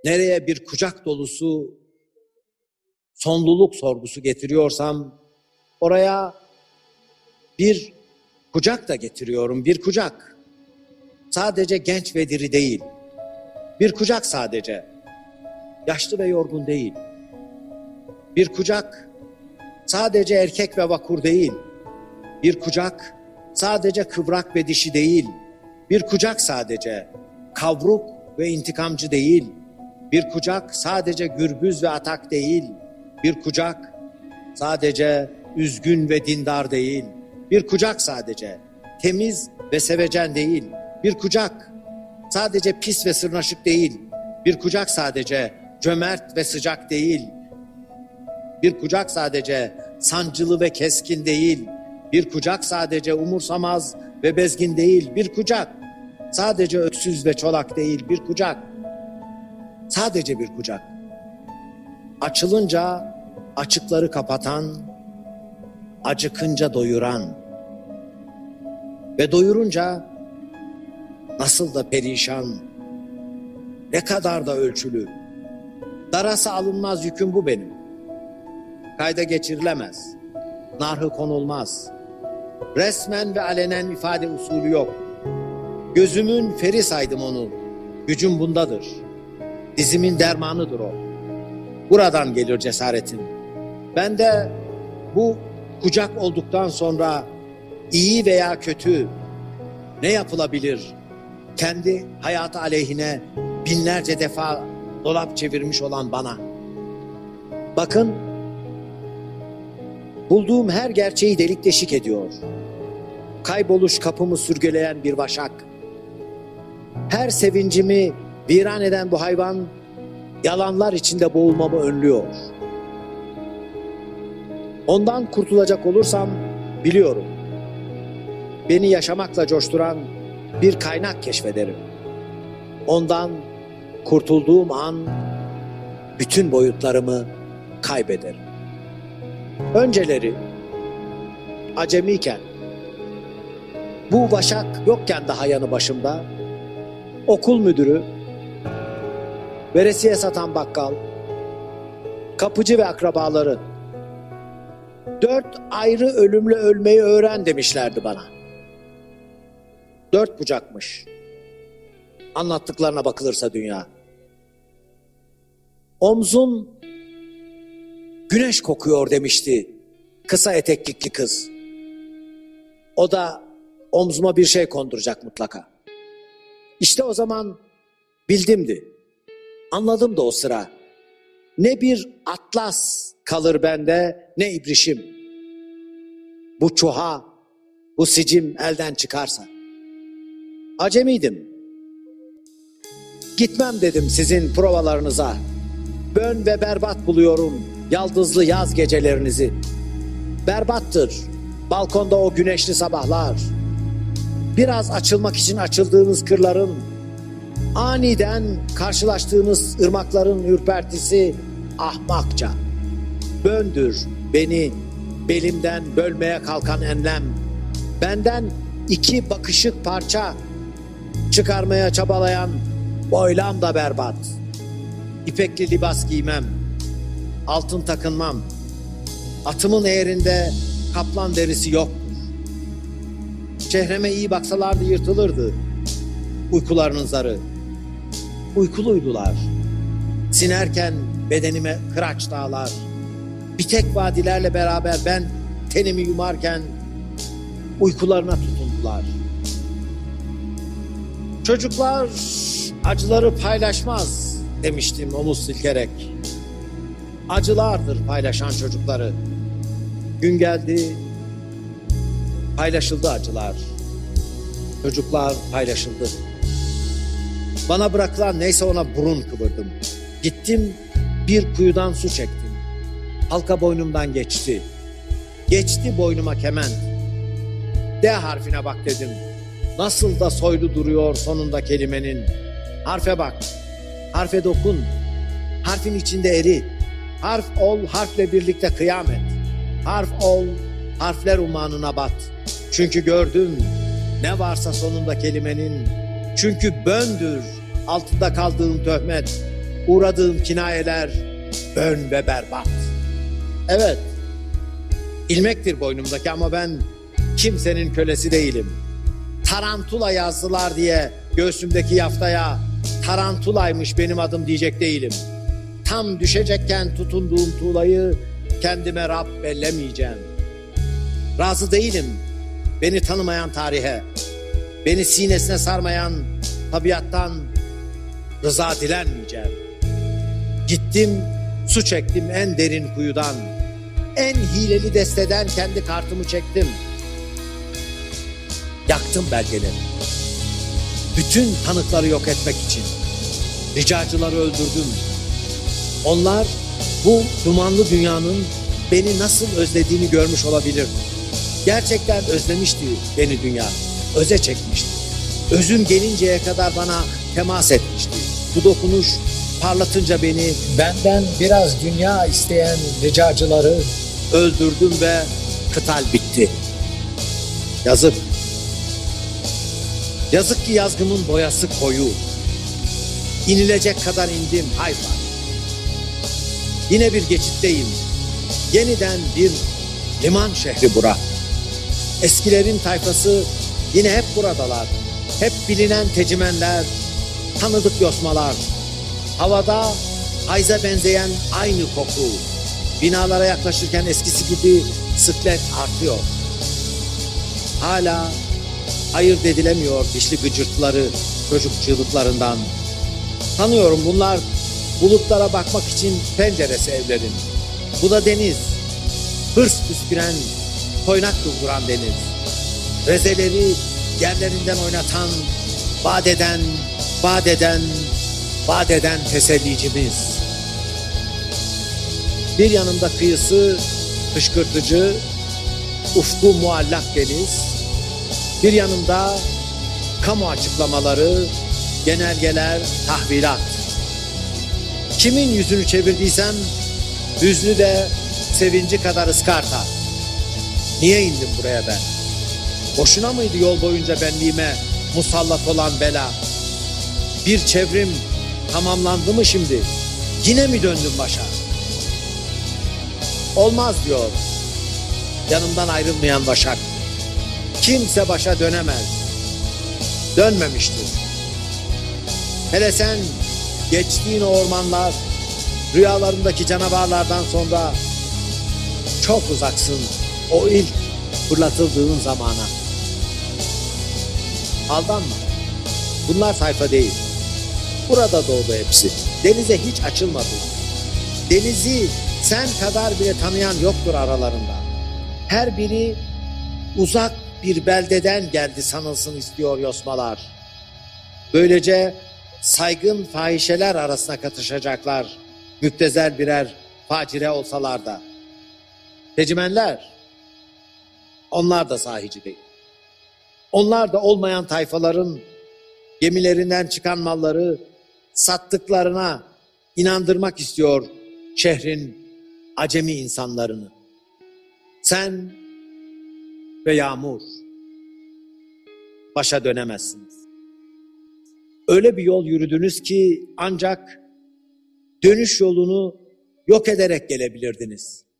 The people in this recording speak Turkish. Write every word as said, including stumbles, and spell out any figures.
nereye bir kucak dolusu sonluluk sorgusu getiriyorsam, oraya bir kucak da getiriyorum, bir kucak. Sadece genç ve diri değil, bir kucak sadece, yaşlı ve yorgun değil. Bir kucak sadece erkek ve vakur değil, bir kucak sadece kıvrak ve dişi değil, bir kucak sadece kavruk ve intikamcı değil, bir kucak sadece gürbüz ve atak değil, bir kucak sadece üzgün ve dindar değil, bir kucak sadece temiz ve sevecen değil, bir kucak sadece pis ve sırnaşık değil, bir kucak sadece cömert ve sıcak değil, bir kucak sadece sancılı ve keskin değil, bir kucak sadece umursamaz ve bezgin değil, bir kucak sadece öksüz ve çolak değil, bir kucak sadece bir kucak. Açılınca açıkları kapatan, acıkınca doyuran ve doyurunca nasıl da perişan, ne kadar da ölçülü. Darası alınmaz yüküm bu benim. Kayda geçirilemez, narhı konulmaz. Resmen ve alenen ifade usulü yok. Gözümün feri saydım onu, gücüm bundadır. Dizimin dermanıdır o. Buradan gelir cesaretim. Ben de bu kucak olduktan sonra iyi veya kötü ne yapılabilir? Kendi hayatı aleyhine binlerce defa dolap çevirmiş olan bana. Bakın, bulduğum her gerçeği delik deşik ediyor. Kayboluş kapımı sürgüleyen bir vaşak. Her sevincimi viran eden bu hayvan, yalanlar içinde boğulmamı önlüyor. Ondan kurtulacak olursam biliyorum, beni yaşamakla coşturan bir kaynak keşfederim. Ondan kurtulduğum an bütün boyutlarımı kaybederim. Önceleri acemiyken, bu vaşak yokken daha yanı başımda, okul müdürü, veresiye satan bakkal, kapıcı ve akrabaları, dört ayrı ölümle ölmeyi öğren demişlerdi bana. Dört bucakmış. Anlattıklarına bakılırsa dünya. Omzun güneş kokuyor demişti kısa eteklikli kız. O da omzuma bir şey konduracak mutlaka. İşte o zaman bildimdi. Anladım da o sıra. Ne bir atlas kalır bende, ne ibrişim. Bu çuha, bu sicim elden çıkarsa. Acemiydim. Gitmem dedim sizin provalarınıza. Bön ve berbat buluyorum yaldızlı yaz gecelerinizi. Berbattır balkonda o güneşli sabahlar. Biraz açılmak için açıldığınız kırların, aniden karşılaştığınız ırmakların ürpertisi ahmakça. Böndür beni belimden bölmeye kalkan enlem. Benden iki bakışık parça çıkarmaya çabalayan boylam da berbat. İpekli libas giymem, altın takınmam. Atımın eğerinde kaplan derisi yoktur. Çehreme iyi baksalardı yırtılırdı uykularının zarı. Uykuluydular. Sinerken bedenime kıraç dağlar. Bitek vadilerle beraber ben tenimi yumarken uykularına tutundular. Çocuklar acıları paylaşmaz demiştim omuz silkerek. Acılardır paylaşan çocukları. Gün geldi, paylaşıldı acılar. Çocuklar paylaşıldı. Bana bırakılan neyse ona burun kıvırdım. Gittim, bir kuyudan su çektim. Halka boynumdan geçti. Geçti boynuma kement. D harfine bak dedim. Nasıl da soylu duruyor sonunda kelimenin. Harfe bak, harfe dokun. Harfin içinde eri. Harf ol, harfle birlikte kıyamet. Harf ol, harfler umanına bat. Çünkü gördüm ne varsa sonunda kelimenin. Çünkü böndür altında kaldığım töhmet. Uğradığım kinayeler bön ve berbat. Evet, ilmektir boynumdaki ama ben kimsenin kölesi değilim. Tarantula yazdılar diye göğsümdeki yaftaya tarantulaymış benim adım diyecek değilim. Tam düşecekken tutunduğum tuğlayı kendime Rab bellemeyeceğim. Razı değilim beni tanımayan tarihe, beni sinesine sarmayan tabiattan rıza dilenmeyeceğim. Gittim, su çektim en derin kuyudan, en hileli desteden kendi kartımı çektim. Yaktım belgeleri. Bütün tanıkları yok etmek için. Ricacıları öldürdüm. Onlar bu dumanlı dünyanın beni nasıl özlediğini görmüş olabilir. Gerçekten özlemişti beni dünya. Öze çekmişti. Özüm gelinceye kadar bana temas etmişti. Bu dokunuş parlatınca beni Benden biraz dünya isteyen ricacıları öldürdüm ve kıtal bitti. Yazık. Yazık ki yazgımın boyası koyu. İnilecek kadar indim hayvan. Yine bir geçitteyim. Yeniden bir liman şehri bura. Eskilerin tayfası yine hep buradalar. Hep bilinen tecimenler, tanıdık yosmalar. Havada ayza benzeyen aynı koku. Binalara yaklaşırken eskisi gibi sıklet artıyor. Hala ayırt edilemiyor dişli gıcırtıları çocuk çığlıklarından. Tanıyorum bunlar bulutlara bakmak için penceresi evlerin. Bu da deniz. Hırs püsküren, toynak durduran deniz. Rezeleri yerlerinden oynatan, vaat eden, vaat eden, vaat eden tesellicimiz. Bir yanımda kıyısı kışkırtıcı, ufku muallak deniz. Bir yanımda kamu açıklamaları, genelgeler, tahvilat. Kimin yüzünü çevirdiysem hüznü de sevinci kadar ıskarta. Niye indim buraya ben? Boşuna mıydı yol boyunca benliğime musallat olan bela? Bir çevrim tamamlandı mı şimdi? Yine mi döndüm başa? Olmaz diyor yanımdan ayrılmayan Başak. Kimse başa dönemez. Dönmemiştir. Hele sen geçtiğin o ormanlar, rüyalarındaki canavarlardan sonra çok uzaksın o ilk fırlatıldığın zamana. Aldanma. Bunlar sayfa değil. Burada doğdu hepsi. Denize hiç açılmadı. Denizi sen kadar bile tanıyan yoktur aralarında. Her biri uzak bir beldeden geldi sanılsın istiyor yosmalar. Böylece saygın fahişeler arasına katışacaklar. Müptezel birer facire olsalar da. Tecimenler, onlar da sahici değil. Onlar da olmayan tayfaların gemilerinden çıkan malları sattıklarına inandırmak istiyor şehrin acemi insanlarını. Sen ve Yağmur başa dönemezsiniz. Öyle bir yol yürüdünüz ki ancak dönüş yolunu yok ederek gelebilirdiniz.